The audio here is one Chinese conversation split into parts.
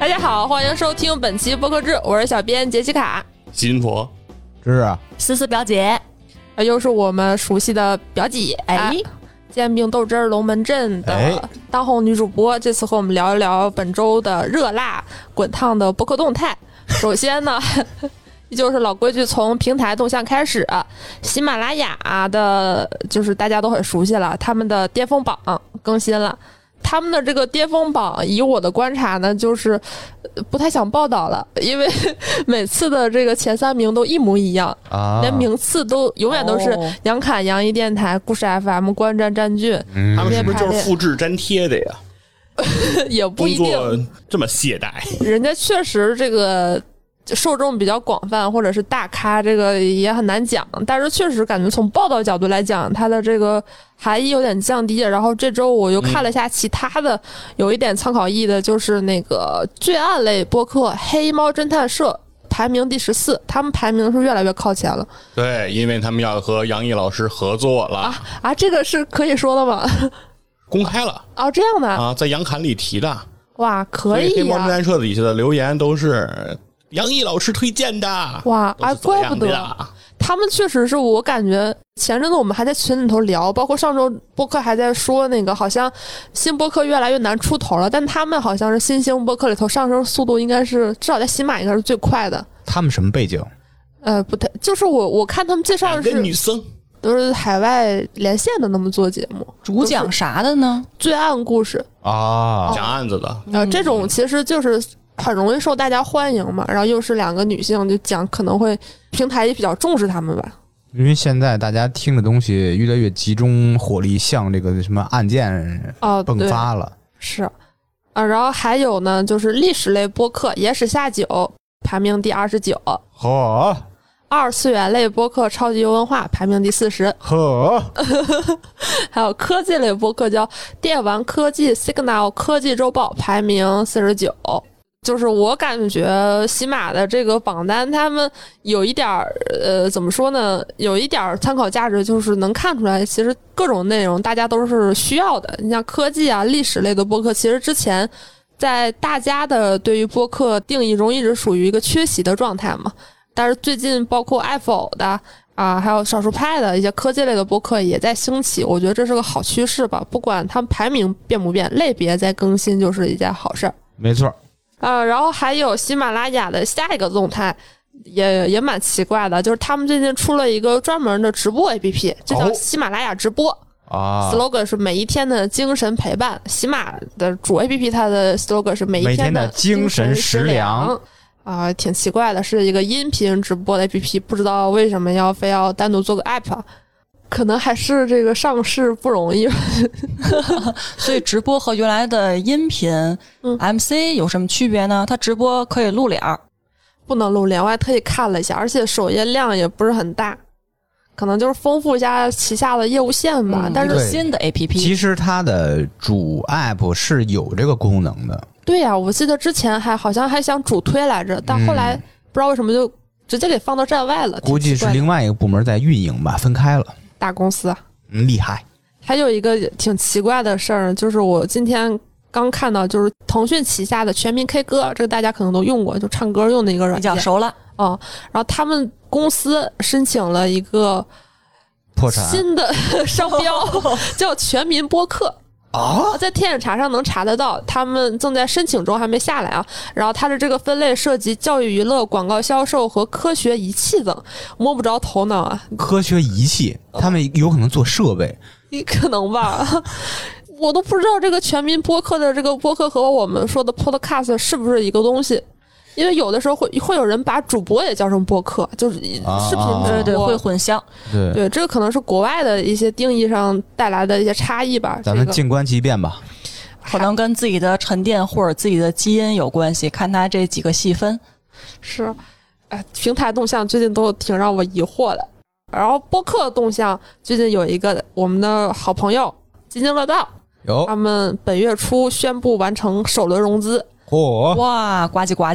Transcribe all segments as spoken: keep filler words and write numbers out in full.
家好，欢迎收听本期播客志，我是小编杰西卡。 金佛芝啊， 思思表姐， 啊，又是我们熟悉的表姐， 哎， 啊煎饼豆汁儿龙门阵的当红女主播，这次和我们聊一聊本周的热辣滚烫的播客动态。首先呢依旧是老规矩，从平台动向开始。喜马拉雅的就是大家都很熟悉了，他们的巅峰榜更新了。他们的这个巅峰榜以我的观察呢，就是不太想报道了，因为每次的这个前三名都一模一样啊，连名次都永远都是杨侃、杨一电台、故事 F M、观战战剧、 嗯，他们是不是就是复制粘贴的呀？ 也不一定这么懈怠， 人家确实这个受众比较广泛，或者是大咖，这个也很难讲。但是确实感觉从报道角度来讲，它的这个含义有点降低。然后这周我又看了一下其他的，嗯、有一点参考意义的，就是那个罪案类播客黑猫侦探社排名第十四，他们排名是越来越靠前了。 对，因为他们要和杨毅老师合作了啊啊！这个是可以说的吗？ 公开了哦，这样的啊，在杨侃里提的。 哇，可以呀、啊！ 黑猫侦探社底下的留言都是杨毅老师推荐的。 哇啊，怪不得他们确实是我感觉前阵子我们还在群里头聊，包括上周播客还在说那个好像新播客越来越难出头了，但他们好像是新兴播客里头上升速度应该是至少在喜马应该是最快的。 他们什么背景？ 呃，不太，就是我我看他们介绍的是女生都是海外连线的那么做节目， 主讲啥的呢？ 罪案故事啊， 讲案子的。 呃，这种其实就是很容易受大家欢迎嘛，然后又是两个女性，就讲可能会平台也比较重视他们吧。 因为现在大家听的东西越来越集中火力向这个什么案件迸发了。哦、 是啊，然后还有呢，就是历史类播客野史下酒排名第二十九。 嚯！ 二次元类播客超级游文化排名第四十。 呵， 还有科技类播客叫电玩科技 Signal 科技周报排名四十九。就是我感觉喜马的这个榜单他们有一点呃怎么说呢，有一点参考价值，就是能看出来其实各种内容大家都是需要的。你像科技啊历史类的播客，其实之前在大家的对于播客定义中一直属于一个缺席的状态嘛，但是最近包括爱否的啊，还有少数派的一些科技类的播客也在兴起，我觉得这是个好趋势吧。不管他们排名变不变，类别在更新就是一件好事儿。 没错。 呃，然后还有喜马拉雅的下一个动态也也蛮奇怪的，就是他们最近出了一个专门的直播 A P P， 就叫喜马拉雅直播。啊 ，slogan 是每一天的精神陪伴。喜马的主 A P P 它的 slogan 是每一天的精神食粮。啊、呃，挺奇怪的，是一个音频直播的 A P P， 不知道为什么要非要单独做个 app， 可能还是这个上市不容易。 所以直播和原来的音频、嗯、M C 有什么区别呢？它直播可以露脸， 不能露脸。我还特意看了一下，而且首页量也不是很大，可能就是丰富一下旗下的业务线吧。嗯、但是新的 A P P， 其实它的主 app 是有这个功能的。 对呀、啊，我记得之前还好像还想主推来着，但后来不知道为什么就直接给放到站外了。 估计是另外一个部门在运营吧，分开了。 大公司， 嗯，厉害。 还有一个挺奇怪的事儿，就是我今天刚看到，就是腾讯旗下的全民 K 歌，这个大家可能都用过，就唱歌用的一个软件， 比较熟了。 嗯，然后他们公司申请了一个破产新的商标，叫全民播客。 啊， 在天眼查上能查得到，他们正在申请中，还没下来啊。然后它的这个分类涉及教育娱乐、广告销售和科学仪器等，摸不着头脑啊。 科学仪器，他们有可能做设备， 可能吧。我都不知道这个全民播客的这个播客和我们说的 podcast 是不是一个东西。因为有的时候会会有人把主播也叫成播客，就是视频主播， 对对，会混淆。 对对，这个可能是国外的一些定义上带来的一些差异吧。 咱们静观其变吧， 可能跟自己的沉淀或者自己的基因有关系，看他这几个细分。 是，哎，平台动向最近都挺让我疑惑的。然后播客动向最近有一个我们的好朋友津津乐道， 有他们本月初宣布完成首轮融资。 嚯、 哇，呱唧呱唧！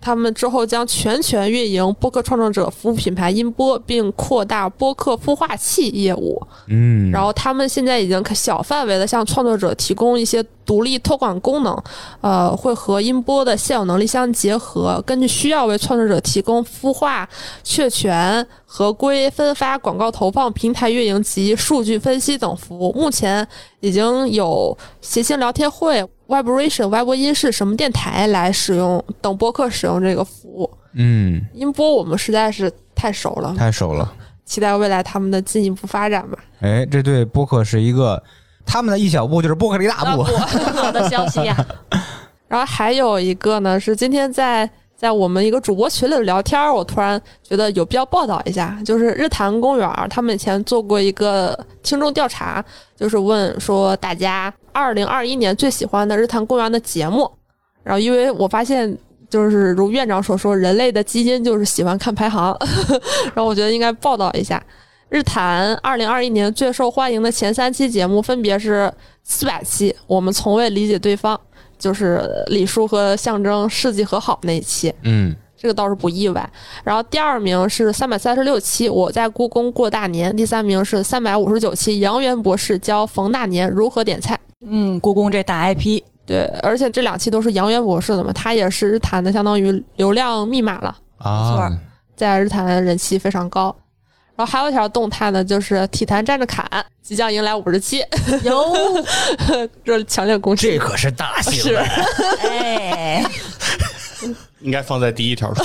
他们之后将全权运营播客创作者服务品牌音播，并扩大播客孵化器业务。 嗯， 然后他们现在已经小范围的向创作者提供一些独立托管功能，呃，会和音播的现有能力相结合，根据需要为创作者提供孵化、确权、合规、分发、广告投放、平台运营及数据分析等服务。目前已经有谐星聊天会、Vibration 歪播音室、什么电台来使用等播客使用这个服务。 嗯， 音播我们实在是太熟了， 太熟了， 期待未来他们的进一步发展吧。 哎，这对播客是一个他们的一小步，就是播客的一大步。 好的消息呀、啊。 然后还有一个呢，是今天在在我们一个主播群里聊天，我突然觉得有必要报道一下，就是日坛公园他们以前做过一个听众调查，就是问说大家二零二一年最喜欢的日坛公园的节目。然后因为我发现就是如院长所说，人类的基因就是喜欢看排行然后我觉得应该报道一下日坛二零二一年最受欢迎的前三期节目，分别是四百期我们从未理解对方，就是李叔和象征世纪和好那一期， 嗯， 这个倒是不意外。然后第二名是三百三十六期我在故宫过大年，第三名是三百五十九期杨元博士教冯大年如何点菜。 嗯，故宫这大 I P， 对，而且这两期都是杨元博士的嘛，他也是日坛的相当于流量密码了啊， 在日坛人气非常高。然后还有一条动态呢，就是体坛站着侃即将迎来五十期， 有这强烈恭喜， 这可是大新闻， 哎， 应该放在第一条说。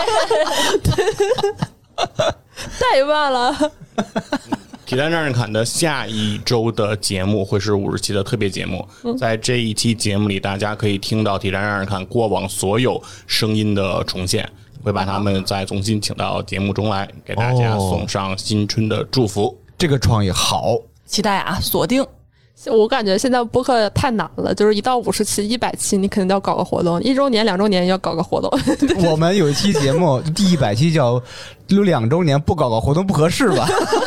太慢了。 体坛站着侃的下一周的节目会是五十期的特别节目，在这一期节目里，大家可以听到体坛站着侃过往所有声音的重现，会把他们再重新请到节目中来，给大家送上新春的祝福。 哦、这个创意好， 期待啊，锁定。 我感觉现在播客太难了，就是一到五十期、一百期，你肯定要搞个活动，一周年、两周年也要搞个活动。 我们有一期节目第一百期叫“有两周年不搞个活动不合适吧”。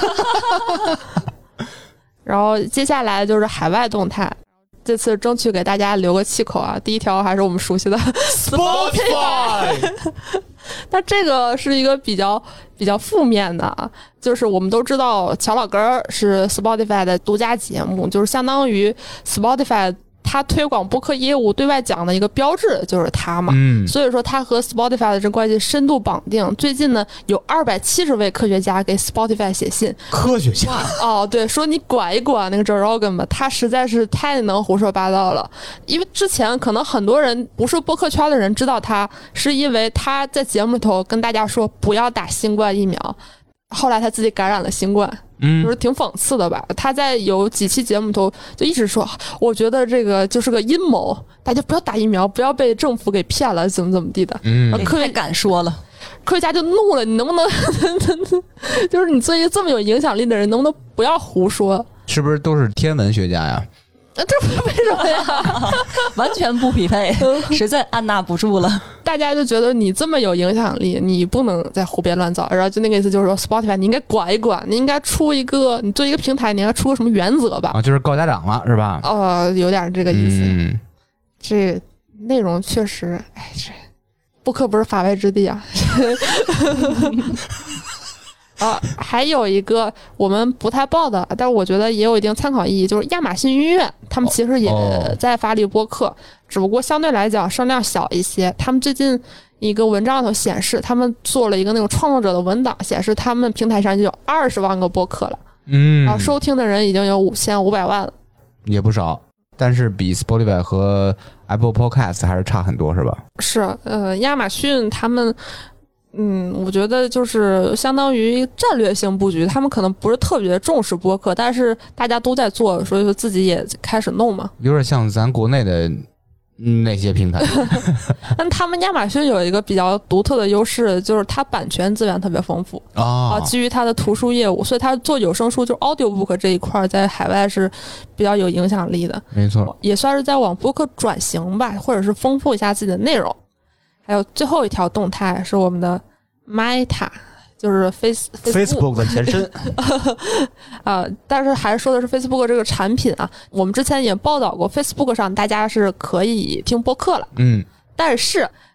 然后接下来就是海外动态，这次争取给大家留个气口啊。第一条还是我们熟悉的 Spotify， 但这个是一个比较比较负面的啊，就是我们都知道乔老根是 Spotify 的独家节目，就是相当于 Spotify 他推广播客业务对外讲的一个标志就是他嘛， 嗯， 所以说他和 Spotify 的这关系深度绑定。最近呢，有二百七十位科学家给 Spotify 写信， 科学家哦，对，说你管一管那个 Joe Rogan 吧，他实在是太能胡说八道了。因为之前可能很多人不是播客圈的人知道他，是因为他在节目里头跟大家说不要打新冠疫苗，后来他自己感染了新冠。嗯，就是挺讽刺的吧。他在有几期节目头就一直说，我觉得这个就是个阴谋，大家不要打疫苗，不要被政府给骗了，怎么怎么地的。 嗯， 科学太敢说了， 科学家就怒了，你能不能就是你作为一个这么有影响力的人，能不能不要胡说？ 是不是都是天文学家呀？ 这为什么呀？ 完全不匹配，实在按捺不住了。 大家就觉得你这么有影响力，你不能再胡编乱造。然后就那个意思就是说 ，Spotify 你应该管一管，你应该出一个，你做一个平台，你应该出个什么原则吧？ 啊，就是告家长了，是吧？ 呃，有点这个意思。 嗯， 这内容确实，哎，这播客不是法外之地啊。啊，还有一个我们不太报的，但是我觉得也有一定参考意义，就是亚马逊音乐，他们其实也在发力播客，哦、只不过相对来讲声量小一些。他们最近一个文章里头显示，他们做了一个那种创作者的文档，显示他们平台上就有二十万个播客了，嗯，然后收听的人已经有五千五百万了， 也不少。但是比 Spotify 和 Apple Podcast 还是差很多，是吧？ 是，呃，亚马逊他们。嗯，我觉得就是相当于战略性布局，他们可能不是特别重视播客，但是大家都在做，所以说自己也开始弄嘛。 有点像咱国内的那些平台。 但他们亚马逊有一个比较独特的优势，就是它版权资源特别丰富啊、哦，基于它的图书业务，所以它做有声书，就是 audiobook 这一块在海外是比较有影响力的。 没错， 也算是在往播客转型吧，或者是丰富一下自己的内容。还有最后一条动态是我们的 Meta， 就是 Face Facebook 的前身啊、呃，但是还是说的是 Facebook 这个产品啊。我们之前也报道过 ，Facebook 上大家是可以听播客了， 嗯， 但是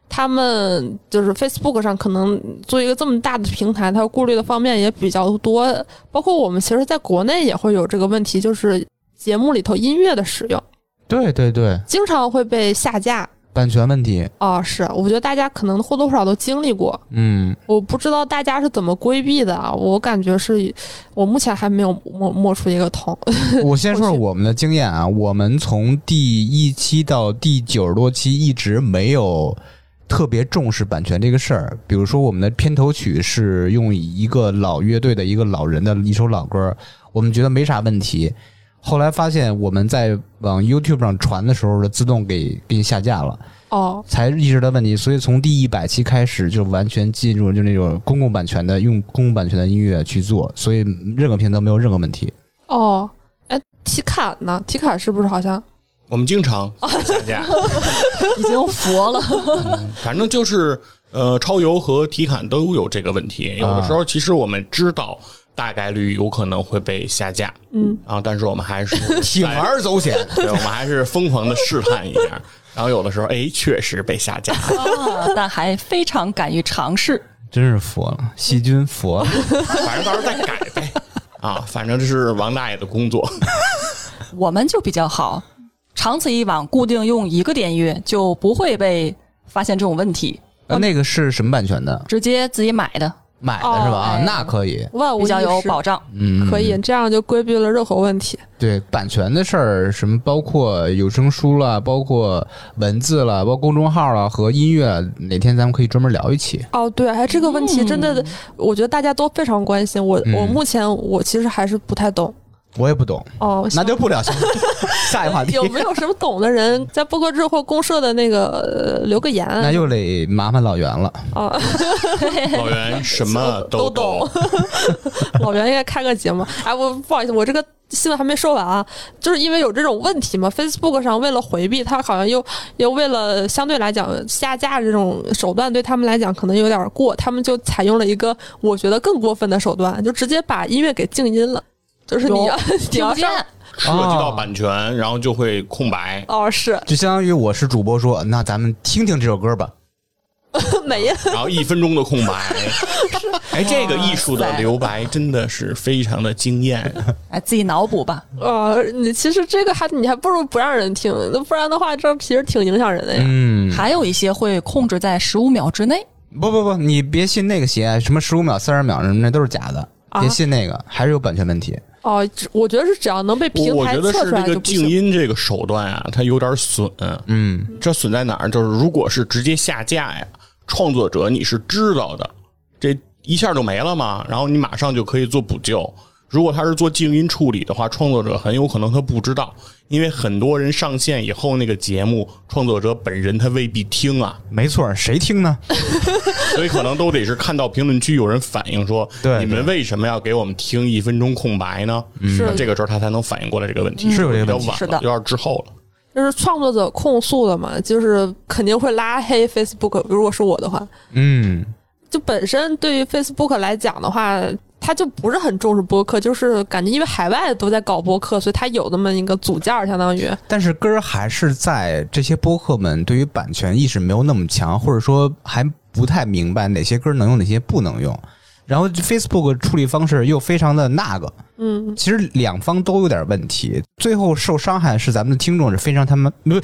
他们就是 Facebook 上可能做一个这么大的平台，它顾虑的方面也比较多，包括我们其实在国内也会有这个问题，就是节目里头音乐的使用， 对对对， 经常会被下架。 版权问题哦，是，我觉得大家可能或多或少都经历过。 嗯， 我不知道大家是怎么规避的啊，我感觉是我目前还没有摸摸出一个通。 我先说说我们的经验啊，我们从第一期到第九十多期一直没有特别重视版权这个事儿。比如说我们的片头曲是用一个老乐队的一个老人的一首老歌，我们觉得没啥问题。后来发现我们在往 YouTube 上传的时候的自动给给你下架了， 哦， 才意识到问题。所以从第一百期开始就完全进入就那种公共版权的，用公共版权的音乐去做，所以任何平台都没有任何问题。 哦，哎，体感呢？体感是不是好像？ 我们经常下架， 已经佛了。 嗯、反正就是呃，超游和体感都有这个问题。有的时候其实我们知道。大概率有可能会被下架， 嗯， 啊，但是我们还是铤而走险， 对，我们还是疯狂的试探一下，然后有的时候，哎，确实被下架了， 啊，但还非常敢于尝试， 真是佛了，细菌佛了， 反正到时候再改呗，啊，反正这是王大爷的工作， 我们就比较好，长此以往，固定用一个点乐就不会被发现这种问题。 呃，那个是什么版权的？ 直接自己买的。 买的是吧？ 哦、 啊，那可以， 万无一失， 比较有保障。 嗯， 可以，这样就规避了任何问题。 对版权的事儿，什么包括有声书啦，包括文字啦，包括公众号啦和音乐，哪天咱们可以专门聊一期。 哦，对，哎，这个问题真的，嗯、我觉得大家都非常关心。我、 嗯、 我目前我其实还是不太懂。 我也不懂哦， 那就不聊下下一话题。 有没有什么懂的人在播客之后公社的那个、呃、留个言？ 那就得麻烦老袁了。 哦， 老袁什么都懂。老袁应该开个节目。哎，我不好意思，我这个新闻还没说完啊，就是因为有这种问题嘛 ，Facebook 上为了回避，他好像又又为了相对来讲下架这种手段对他们来讲可能有点过，他们就采用了一个我觉得更过分的手段，就直接把音乐给静音了。就是你要你要上涉及到版权，哦、然后就会空白。 哦，是， 就相当于我是主播说，那咱们听听这首歌吧。 没呀。 然后一分钟的空白。哎，这个艺术的留白真的是非常的惊艳。 哎，自己脑补吧。 呃，你其实这个还你还不如不让人听，那不然的话，这其实挺影响人的呀。 嗯， 还有一些会控制在十五秒之内。 不不不，你别信那个邪，什么十五秒、三十秒什么那都是假的，啊、别信那个，还是有版权问题。 哦，我觉得是只要能被平台测出来就不行。我觉得是这个静音这个手段啊，它有点损。 嗯， 这损在哪儿？就是如果是直接下架呀，创作者你是知道的，这一下就没了嘛，然后你马上就可以做补救。如果他是做静音处理的话，创作者很有可能他不知道，因为很多人上线以后那个节目，创作者本人他未必听啊。 没错，谁听呢？ 所以可能都得是看到评论区有人反映说， 对， 你们为什么要给我们听一分钟空白呢？ 是这个时候他才能反应过来这个问题， 是有这个问题， 是的，有点滞后了。 就是创作者控诉的嘛，就是肯定会拉黑 Facebook。如果是我的话， 嗯， 就本身对于 Facebook 来讲的话，他就不是很重视播客，就是感觉因为海外都在搞播客，所以他有那么一个组件，相当于。 但是根儿还是在这些播客们对于版权意识没有那么强，或者说还不太明白哪些歌能用，哪些不能用。然后 Facebook 处理方式又非常的那个， 嗯， 其实两方都有点问题，最后受伤害是咱们的听众，是非常他们不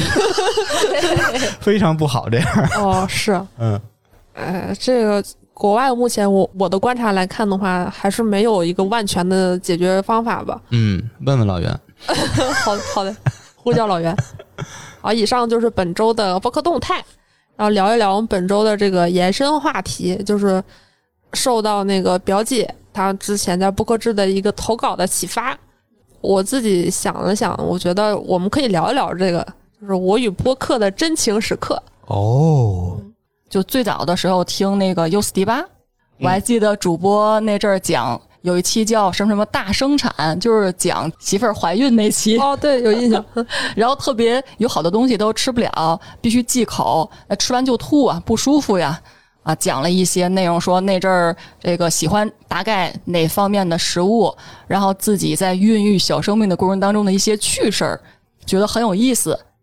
非常不好这样。 哦，是， 嗯， 呃，这个国外目前我我的观察来看的话，还是没有一个万全的解决方法吧。 嗯，问问老袁。 好好的，呼叫老袁。好，以上就是本周的播客动态，然后聊一聊我们本周的这个延伸话题，就是受到那个表姐她之前在播客制的一个投稿的启发，我自己想了想，我觉得我们可以聊一聊这个，就是我与播客的真情时刻。 哦， 就最早的时候听那个 U 四 D 八，我还记得主播那阵儿讲有一期叫什么什么大生产，就是讲媳妇儿怀孕那期。 哦，对，有印象。 然后特别有好多东西都吃不了，必须忌口，吃完就吐啊，不舒服呀。啊，讲了一些内容，说那阵儿这个喜欢大概哪方面的食物，然后自己在孕育小生命的过程当中的一些趣事儿，觉得很有意思。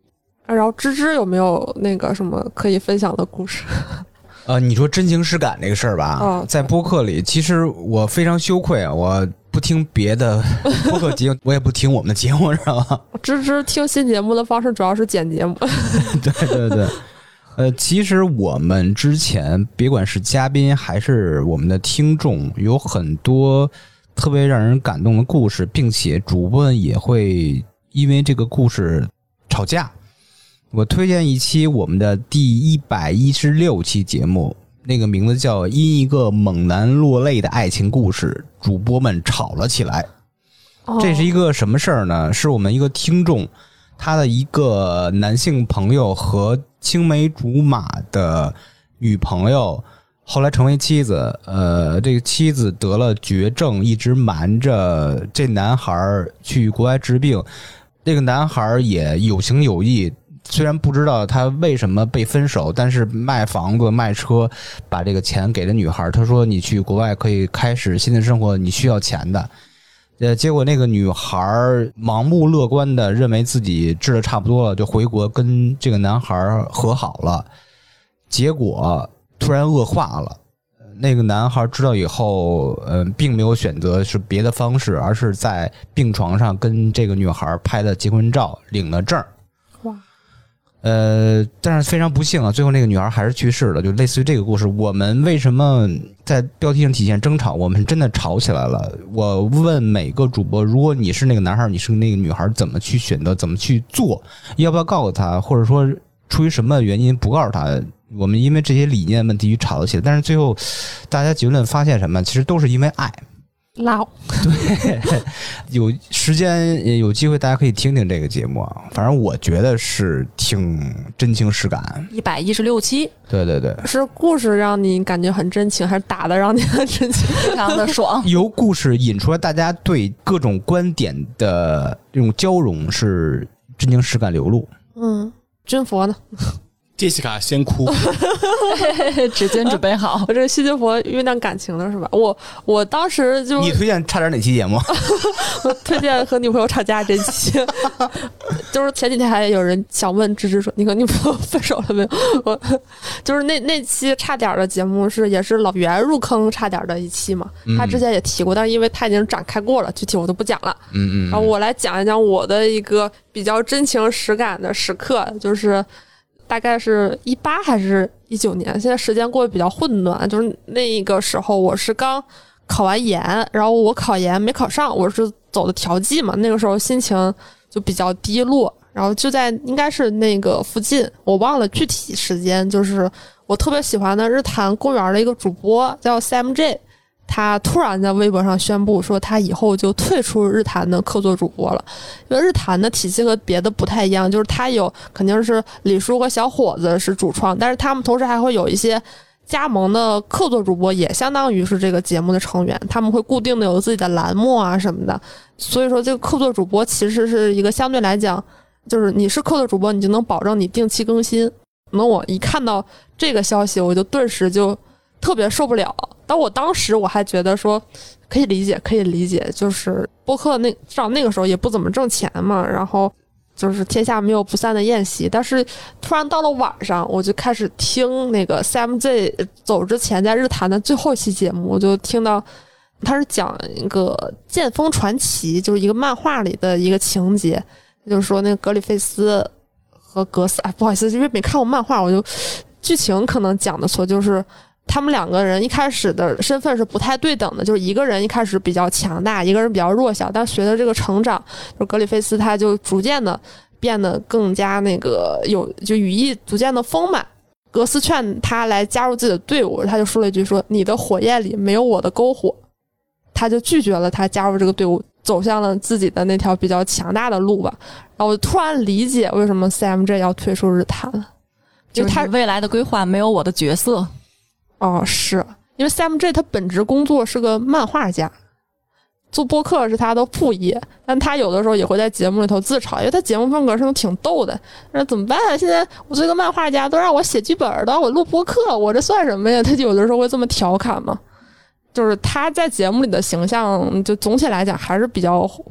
然后芝芝有没有那个什么可以分享的故事？ 呃，你说真情实感这个事儿吧， 哦、 在播客里，其实我非常羞愧啊，我不听别的播客节目，我也不听我们的节目，知道吧？ 芝芝听新节目的方式主要是剪节目。 对对对。呃，其实我们之前别管是嘉宾还是我们的听众，有很多特别让人感动的故事，并且主播们也会因为这个故事吵架。我推荐一期我们的第一百一十六期节目，那个名字叫《因一个猛男落泪的爱情故事》，主播们吵了起来。 哦、 这是一个什么事儿呢？是我们一个听众，他的一个男性朋友和青梅竹马的女朋友后来成为妻子，呃，这个妻子得了绝症，一直瞒着这男孩去国外治病。这个男孩也有情有义，虽然不知道他为什么被分手，但是卖房子卖车把这个钱给了女孩，他说你去国外可以开始新的生活，你需要钱的。呃，结果那个女孩盲目乐观的认为自己治得差不多了，就回国跟这个男孩和好了。结果突然恶化了。那个男孩知道以后，呃，并没有选择是别的方式，而是在病床上跟这个女孩拍的结婚照，领了证。 哇！ 呃，但是非常不幸啊，最后那个女孩还是去世了。就类似于这个故事，我们为什么在标题上体现争吵？我们真的吵起来了。我问每个主播，如果你是那个男孩，你是那个女孩，怎么去选择？怎么去做？要不要告诉他？或者说出于什么原因不告诉他？我们因为这些理念问题吵了起来，但是最后大家结论发现什么？其实都是因为爱。 拉对，有时间有机会大家可以听听这个节目啊，反正我觉得是挺真情实感。 一百一十六期， 对对对， 是故事让你感觉很真情，还是打的让你很真情？ 非常的爽。 由故事引出来大家对各种观点的这种交融，是真情实感流露。 嗯，军佛呢？ 杰西卡先哭， 纸巾准备好。 我这个西军佛酝酿感情了是吧？我我当时就你推荐差点哪期节目？ 我推荐和女朋友吵架这期，就是前几天还有人想问芝芝说：“你和女朋友分手了没有？”我就是那那期差点的节目是也是老袁入坑差点的一期嘛，他之前也提过，但是因为他已经展开过了，具体我都不讲了。 嗯嗯。 然后我来讲一讲我的一个比较真情实感的时刻，就是大概是一八还是一九年，现在时间过得比较混乱。就是那个时候我是刚考完研，然后我考研没考上，我是走的调剂嘛，那个时候心情就比较低落，然后就在应该是那个附近，我忘了具体时间，就是我特别喜欢的日坛公园的一个主播叫 Sam J， 他突然在微博上宣布说他以后就退出日坛的客座主播了。因为日坛的体系和别的不太一样，就是他有肯定是李叔和小伙子是主创，但是他们同时还会有一些加盟的客座主播，也相当于是这个节目的成员，他们会固定的有自己的栏目啊什么的。所以说这个客座主播其实是一个相对来讲，就是你是客座主播，你就能保证你定期更新。那我一看到这个消息，我就顿时就特别受不了。但我当时我还觉得说可以理解可以理解，就是播客那至少那个时候也不怎么挣钱嘛，然后就是天下没有不散的宴席。但是突然到了晚上，我就开始听那个 Sam J 走之前在日坛的最后一期节目，我就听到他是讲一个剑锋传奇，就是一个漫画里的一个情节，就是说那个格里菲斯和格斯，哎，不好意思，因为没看过漫画，我就剧情可能讲的错，就是他们两个人一开始的身份是不太对等的，就是一个人一开始比较强大，一个人比较弱小，但随着这个成长，就格里菲斯他就逐渐的变得更加那个有就羽翼逐渐的丰满。格斯劝他来加入自己的队伍，他就说了一句说你的火焰里没有我的篝火，他就拒绝了他加入这个队伍，走向了自己的那条比较强大的路吧。然后我突然理解为什么 Sam J 要退出日坛了， 就是他未来的规划没有我的角色。 哦，是因为 Sam J 他本职工作是个漫画家，做播客是他的副业，但他有的时候也会在节目里头自嘲，因为他节目风格是挺逗的。那怎么办啊？现在我做一个漫画家，都让我写剧本，都让我录播客，我这算什么呀？他有的时候会这么调侃嘛。就是他在节目里的形象，就总体来讲还是比较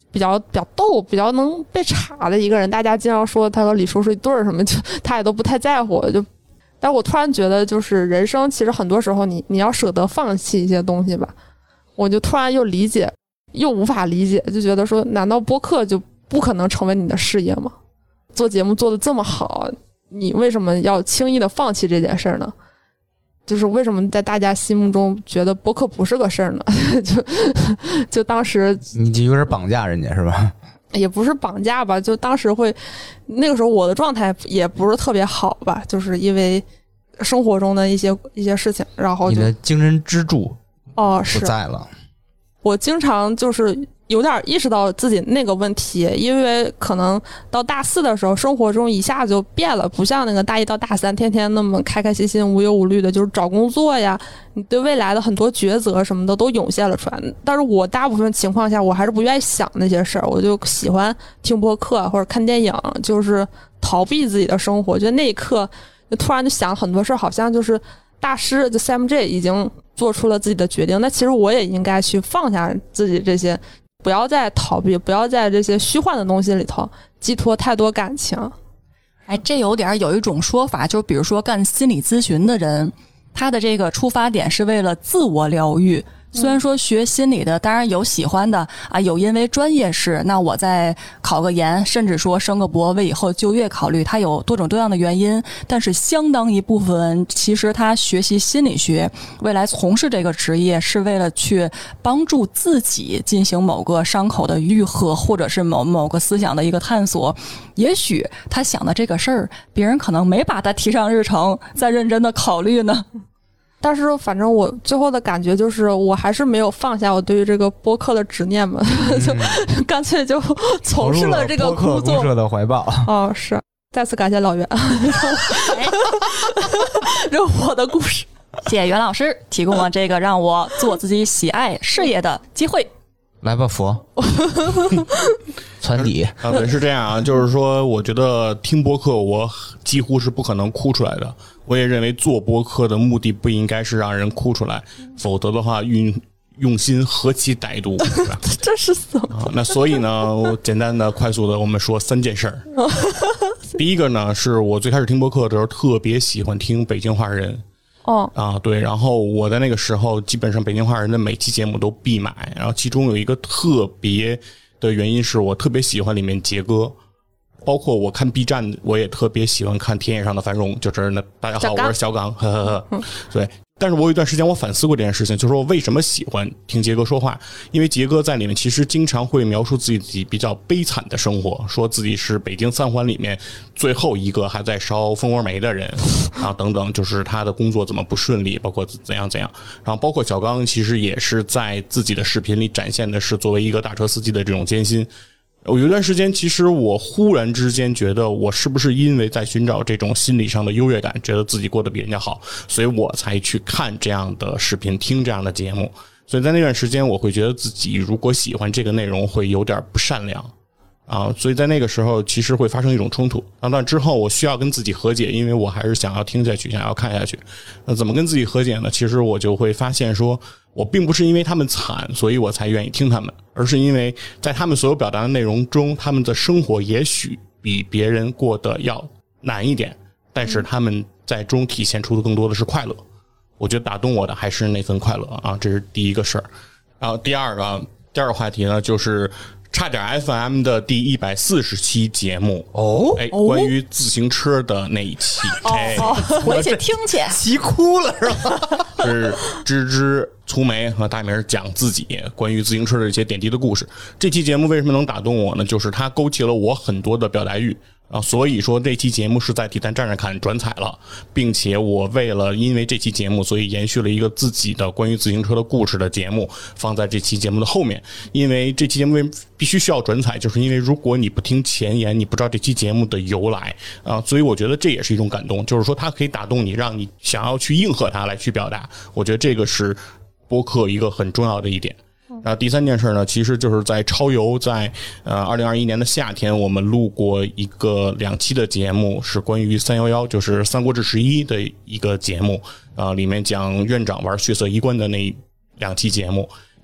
比较比较逗，比较能被插的一个人，大家经常说他和李叔是一对儿什么，就他也都不太在乎。就，但我突然觉得，就是人生其实很多时候你你要舍得放弃一些东西吧。我就突然又理解，又无法理解，就觉得说，难道播客就不可能成为你的事业吗？做节目做得这么好，你为什么要轻易的放弃这件事儿呢？就是为什么在大家心目中觉得播客不是个事儿呢？就就当时你就有点绑架人家是吧？ 也不是绑架吧，就当时会那个时候我的状态也不是特别好吧，就是因为生活中的一些一些事情，然后你的精神支柱哦是不在了。 我经常就是有点意识到自己那个问题，因为可能到大四的时候，生活中一下子就变了，不像那个大一到大三天天那么开开心心、无忧无虑的，就是找工作呀，你对未来的很多抉择什么的都涌现了出来。但是我大部分情况下，我还是不愿意想那些事儿，我就喜欢听播客或者看电影，就是逃避自己的生活。就那一刻，就突然就想很多事儿，好像就是大师就 Sam J 已经做出了自己的决定，那其实我也应该去放下自己这些。不要再逃避，不要在这些虚幻的东西里头寄托太多感情。 哎，这有点有一种说法，就比如说干心理咨询的人，他的这个出发点是为了自我疗愈。虽然说学心理的当然有喜欢的啊，有因为专业是，那我再考个研，甚至说升个博，为以后就业考虑，他有多种多样的原因。但是相当一部分人其实他学习心理学，未来从事这个职业是为了去帮助自己进行某个伤口的愈合，或者是某某个思想的一个探索。也许他想的这个事儿，别人可能没把他提上日程，再认真的考虑呢。 但是反正我最后的感觉就是，我还是没有放下我对于这个播客的执念嘛，嗯、就干脆就从事了这个工作。 公社的怀抱。 哦，是，再次感谢老袁，这是我的故事。 谢谢袁老师提供了这个让我做自己喜爱事业的机会。 来吧，佛，传底啊，对，是这样啊，就是说，我觉得听播客我几乎是不可能哭出来的。我也认为做播客的目的不应该是让人哭出来，否则的话，用用心何其歹毒，是吧？ 这是什么、 啊？那所以呢，我简单的、快速的，我们说三件事儿。第一个呢，是我最开始听播客的时候，特别喜欢听北京话人。 哦啊，对，然后我在那个时候，基本上北京话人的每期节目都必买，然后其中有一个特别的原因是我特别喜欢里面杰哥，包括我看 B 站，我也特别喜欢看田野上的繁荣，就是那大家好，我是小刚，呵呵呵，嗯、对。但是我有一段时间我反思过这件事情，就是说为什么喜欢听杰哥说话？因为杰哥在里面其实经常会描述自己比较悲惨的生活，说自己是北京三环里面最后一个还在烧蜂窝煤的人啊，等等，就是他的工作怎么不顺利，包括怎样怎样。然后包括小刚其实也是在自己的视频里展现的是作为一个大车司机的这种艰辛。我有一段时间，其实我忽然之间觉得，我是不是因为在寻找这种心理上的优越感，觉得自己过得比人家好，所以我才去看这样的视频，听这样的节目。所以在那段时间，我会觉得自己如果喜欢这个内容，会有点不善良啊。所以在那个时候，其实会发生一种冲突。啊，但之后我需要跟自己和解，因为我还是想要听下去，想要看下去。那怎么跟自己和解呢？其实我就会发现说，我并不是因为他们惨，所以我才愿意听他们，而是因为在他们所有表达的内容中，他们的生活也许比别人过得要难一点，但是他们在中体现出的更多的是快乐。我觉得打动我的还是那份快乐啊，这是第一个事儿。然后第二个第二个话题呢，就是差点 F M 的第一百四十期节目哦， 哎，关于自行车的那一期， 哦、 哎， 回去听去， 急哭了是吧？ 是芝芝、粗梅和大明讲自己关于自行车的一些点滴的故事。这期节目为什么能打动我呢？就是它勾起了我很多的表达欲啊，所以说这期节目是在体坛站着看转采了，并且我为了因为这期节目，所以延续了一个自己的关于自行车的故事的节目，放在这期节目的后面。因为这期节目为必须需要转采，就是因为如果你不听前言，你不知道这期节目的由来啊，所以我觉得这也是一种感动，就是说它可以打动你，让你想要去应和它来去表达。我觉得这个是播客一个很重要的一点。然后第三件事呢，其实就是在超游，在呃二零二一年的夏天，我们录过一个两期的节目，是关于三一一，就是《三国志十一》的一个节目，呃，里面讲院长玩血色衣冠的那两期节目。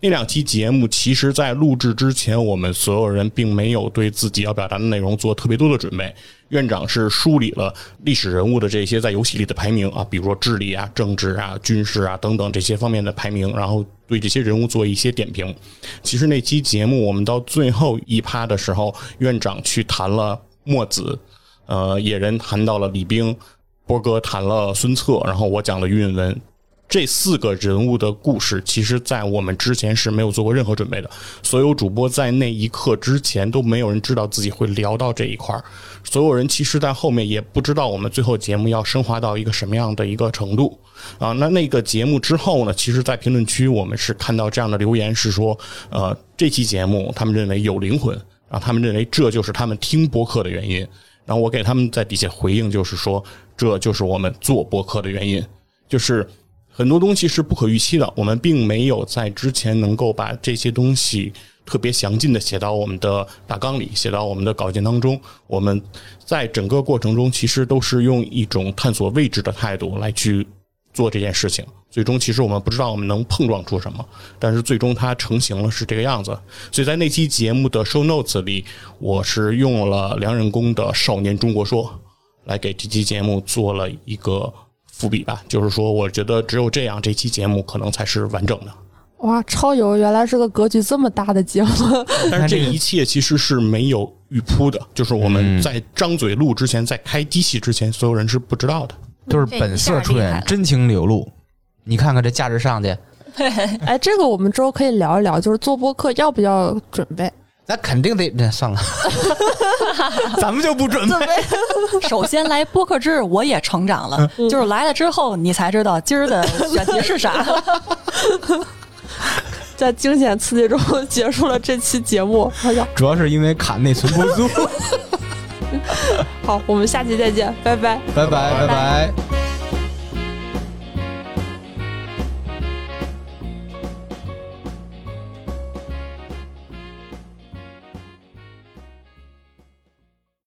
那两期节目其实在录制之前，我们所有人并没有对自己要表达的内容做特别多的准备。院长是梳理了历史人物的这些在游戏里的排名啊，比如说智力啊、政治啊、军事啊等等这些方面的排名，然后对这些人物做一些点评。其实那期节目我们到最后一趴的时候，院长去谈了墨子，呃，野人谈到了李冰，波哥谈了孙策，然后我讲了于允文。这四个人物的故事，其实在我们之前是没有做过任何准备的。所有主播在那一刻之前都没有人知道自己会聊到这一块，所有人其实在后面也不知道我们最后节目要升华到一个什么样的一个程度啊。那那个节目之后呢，其实在评论区我们是看到这样的留言，是说呃这期节目他们认为有灵魂，然后他们认为这就是他们听播客的原因。然后我给他们在底下回应，就是说这就是我们做播客的原因，就是很多东西是不可预期的，我们并没有在之前能够把这些东西特别详尽的写到我们的大纲里，写到我们的稿件当中。我们在整个过程中其实都是用一种探索未知的态度来去做这件事情。最终其实我们不知道我们能碰撞出什么，但是最终它成型了，是这个样子。所以在那期节目的 show notes 里，我是用了梁任公的《少年中国说》来给这期节目做了一个伏笔吧，就是说我觉得只有这样，这期节目可能才是完整的。 哇，超游原来是个格局这么大的节目。 但是这一切其实是没有预铺的，就是我们在张嘴录之前，在开机器之前，所有人是不知道的， 都是本色出演，真情流露。你看看这价值上去。 哎，这个我们之后可以聊一聊，就是做播客要不要准备？ 那肯定得，那算了，咱们就不准备。 首先来播客制，我也成长了，嗯、就是来了之后，你才知道今儿的选题是啥。 在惊险刺激中结束了这期节目， 主要是因为卡内存不住。 好，我们下期再见，拜拜， 拜拜，拜拜。